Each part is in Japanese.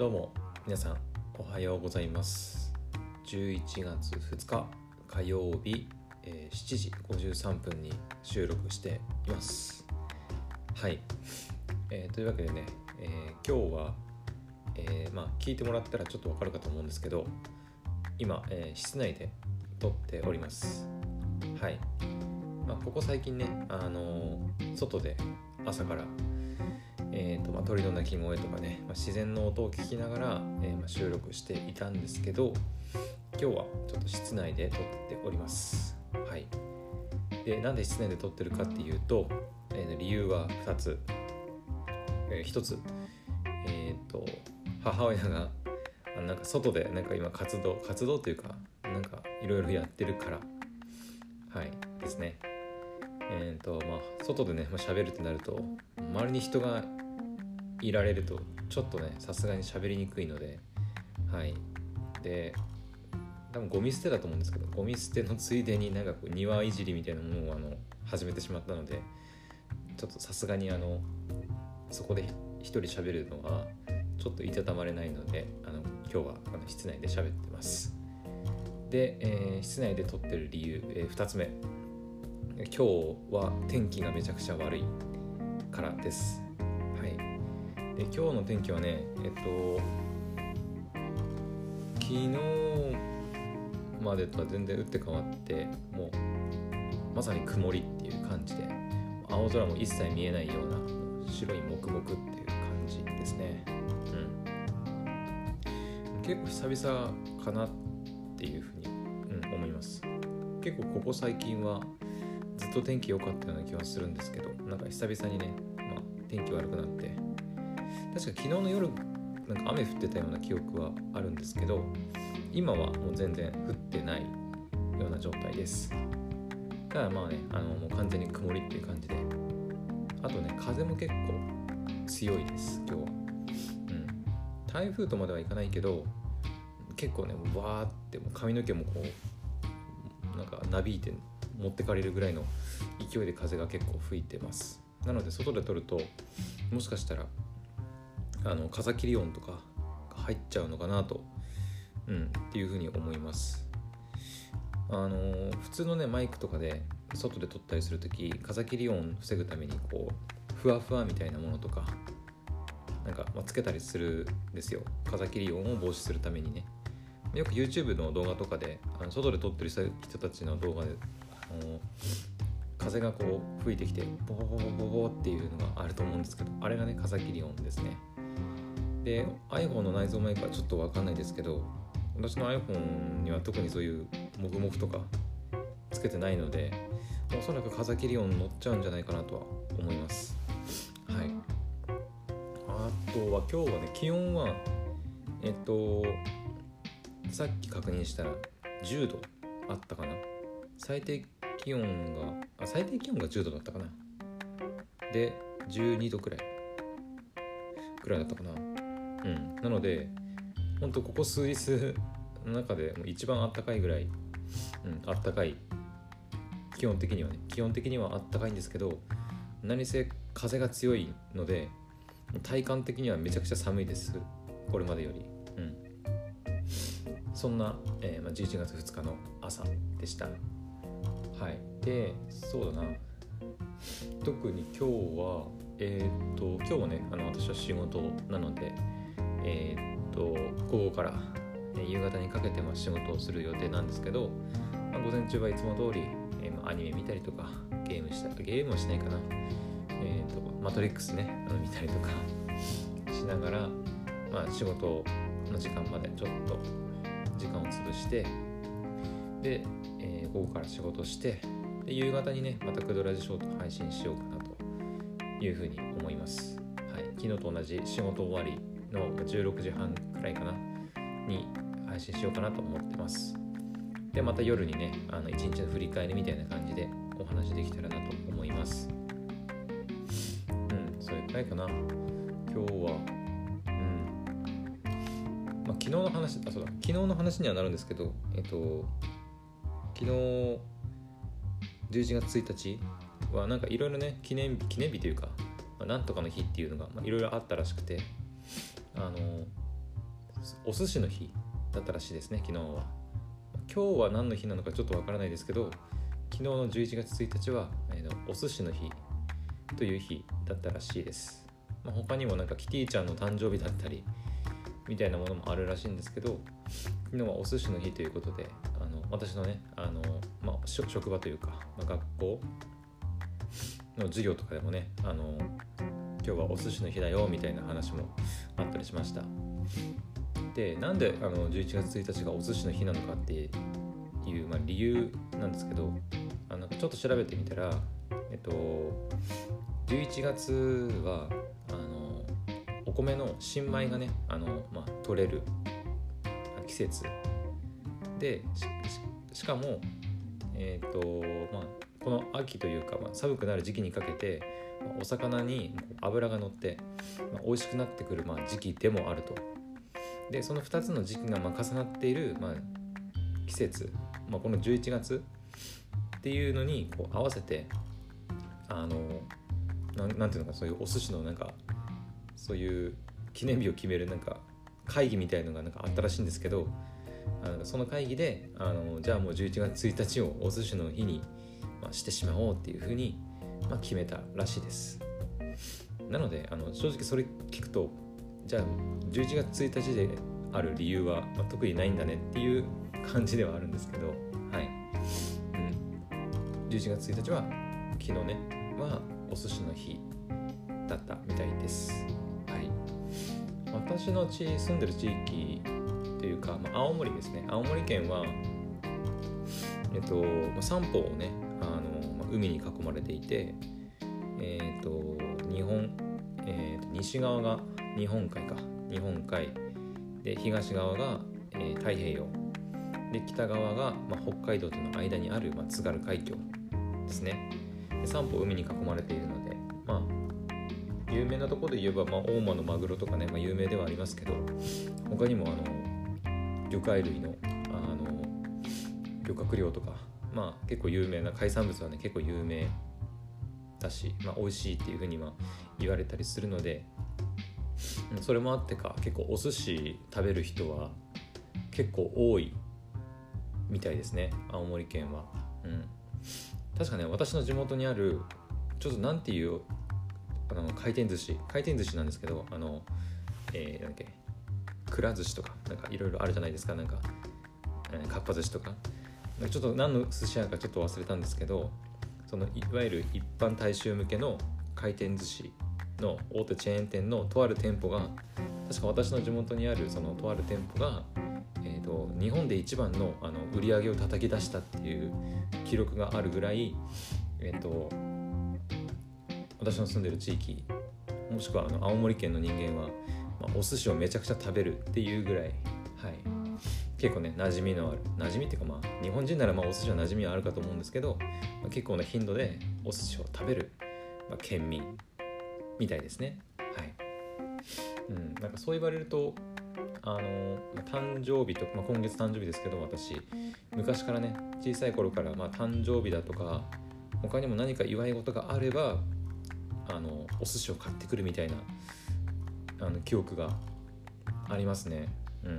どうも皆さんおはようございます。11月2日火曜日、7時53分に収録しています。はい、というわけでね、今日は、聞いてもらったらちょっとわかるかと思うんですけど、今、室内で撮っております。はい、ここ最近ね、外で朝から鳥の鳴き声とかね、自然の音を聞きながら、収録していたんですけど、今日はちょっと室内で撮っております。はい。で、なんで室内で撮ってるかっていうと、理由は2つ。1つ、母親がなんか外でなんか今活動というかなんかいろいろやってるから、はいですね。外でね、喋るってなると周りに人がいられるとちょっとねさすがに喋りにくいので、はい。で、多分ゴミ捨てだと思うんですけど、ゴミ捨てのついでになんかこう庭いじりみたいなものを始めてしまったので、ちょっとさすがにそこで一人喋るのはちょっといたたまれないので、今日は室内で喋ってます。で、室内で撮ってる理由、2つ目、今日は天気がめちゃくちゃ悪いからです。はい。で、今日の天気はね、昨日までとは全然打って変わって、もうまさに曇りっていう感じで、青空も一切見えないような白い黙々っていう感じですね。結構久々かなっていうふうに、思います。結構ここ最近はずっと天気良かったような気はするんですけど、なんか久々にね、天気悪くなって、確か昨日の夜なんか雨降ってたような記憶はあるんですけど、今はもう全然降ってないような状態です。ただもう完全に曇りっていう感じで、あとね風も結構強いです今日は。台風とまではいかないけど、結構ねわーってもう髪の毛もこうなんかなびいて持ってかれるぐらいの勢いで風が結構吹いてます。なので外で撮るともしかしたら風切り音とか入っちゃうのかなと、っていうふうに思います。普通のねマイクとかで外で撮ったりするとき、風切り音を防ぐためにこうふわふわみたいなものとかなんか、つけたりするんですよ。風切り音を防止するためにね。よく YouTube の動画とかで外で撮ってる人たちの動画で風がこう吹いてきてボボボボボボっていうのがあると思うんですけど、あれがね風切り音ですね。で iPhone の内蔵マイクはちょっと分かんないですけど、私の iPhone には特にそういうモフモフとかつけてないので、おそらく風切り音乗っちゃうんじゃないかなとは思います。はい。あとは今日はね、気温はさっき確認したら10度あったかな。最低気温が10度だったかな。で12度くらいだったかな。なので本当ここ数日の中でもう一番暖かいぐらい、暖かい。基本的には暖かいんですけど、何せ風が強いので体感的にはめちゃくちゃ寒いです。これまでより。そんな、11月2日の朝でした。はい。で、そうだな。特に今日はね、私は仕事なので、午後から、夕方にかけて仕事をする予定なんですけど、午前中はいつも通り、アニメ見たりとかゲームはしないかな。マトリックスね見たりとかしながら、仕事の時間までちょっと時間を潰して、で、午後から仕事して、で夕方にねまたクドラジショート配信しようかなというふうに思います。はい。昨日と同じ仕事終わりの16時半くらいかなに配信しようかなと思ってます。でまた夜にね一日の振り返りみたいな感じでお話できたらなと思います。それくらいかな今日は。昨日の話にはなるんですけど、昨日11月1日はなんかいろいろね記念日というか、なんとかの日っていうのがいろいろあったらしくて、 お寿司の日だったらしいですね。昨日は。今日は何の日なのかちょっとわからないですけど、昨日の11月1日は、お寿司の日という日だったらしいです。他にもなんかキティちゃんの誕生日だったりみたいなものもあるらしいんですけど、昨日はお寿司の日ということで、私のね職場というか、学校の授業とかでもね、今日はお寿司の日だよみたいな話もあったりしました。で、なんで11月1日がお寿司の日なのかっていう、理由なんですけど、ちょっと調べてみたら、11月はお米の新米がね取れる季節で、しかもこの秋というか、寒くなる時期にかけてお魚に脂が乗って、美味しくなってくる時期でもあると。でその2つの時期が重なっている、季節、この11月っていうのに合わせてなんていうのか、そういうお寿司のそういう記念日を決める会議みたいのがあったらしいんですけど、その会議でじゃあもう11月1日をお寿司の日に、してしまおうっていうふうに、決めたらしいです。なので正直それ聞くと、じゃあ11月1日である理由は、特にないんだねっていう感じではあるんですけど、はい、11月1日は昨日ねお寿司の日だったみたいです。はい、私の住んでる地域というか、青森ですね。青森県は三方をね海に囲まれていて、西側が日本海で、東側が、太平洋で、北側が、北海道との間にある、津軽海峡ですね。で三方海に囲まれているので、有名なところで言えば、大間のマグロとかね、有名ではありますけど、他にも魚介類の漁獲量とか、結構有名な海産物はね結構有名だし、美味しいっていう風に言われたりするので、それもあってか結構お寿司食べる人は結構多いみたいですね、青森県は。確かね、私の地元にあるちょっとなんていう回転寿司なんですけど、なんだっけ、くら寿司とかいろいろあるじゃないですか。かっぱ寿司とか、ちょっと何の寿司屋かちょっと忘れたんですけど、そのいわゆる一般大衆向けの回転寿司の大手チェーン店のとある店舗が、確か私の地元にあるそのとある店舗が、日本で一番の売り上げを叩き出したっていう記録があるぐらい、私の住んでる地域、もしくは青森県の人間は、お寿司をめちゃくちゃ食べるっていうぐらい、はい、結構ね馴染みっていうか、日本人ならお寿司は馴染みはあるかと思うんですけど、結構な頻度でお寿司を食べる、県民みたいですね。はい、そう言われると誕生日とか、今月誕生日ですけど、私昔からね小さい頃から、誕生日だとか他にも何か祝い事があればお寿司を買ってくるみたいな記憶がありますね。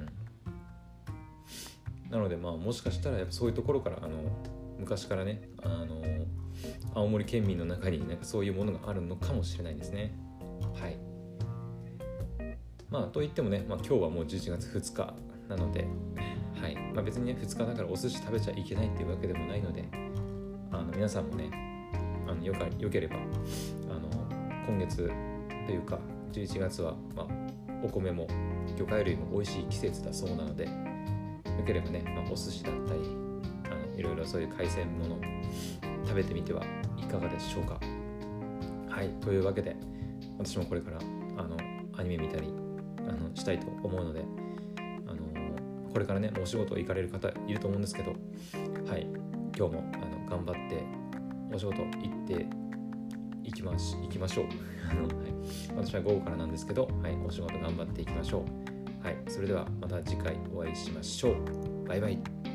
なのでもしかしたらやっぱそういうところから昔からね青森県民の中にそういうものがあるのかもしれないですね。はい。といってもね、今日はもう11月2日なので、はい。別にね2日だからお寿司食べちゃいけないっていうわけでもないので、皆さんもねよければ今月というか11月はお米も魚介類も美味しい季節だそうなので、よければね、お寿司だったりいろいろそういう海鮮もの食べてみてはいかがでしょうか。はい、というわけで私もこれからアニメ見たりしたいと思うので、これからねもうお仕事行かれる方いると思うんですけど、はい、今日も頑張ってお仕事行って行きましょう、はい、私は午後からなんですけど、はい、お仕事頑張っていきましょう。はい、それではまた次回お会いしましょう。バイバイ。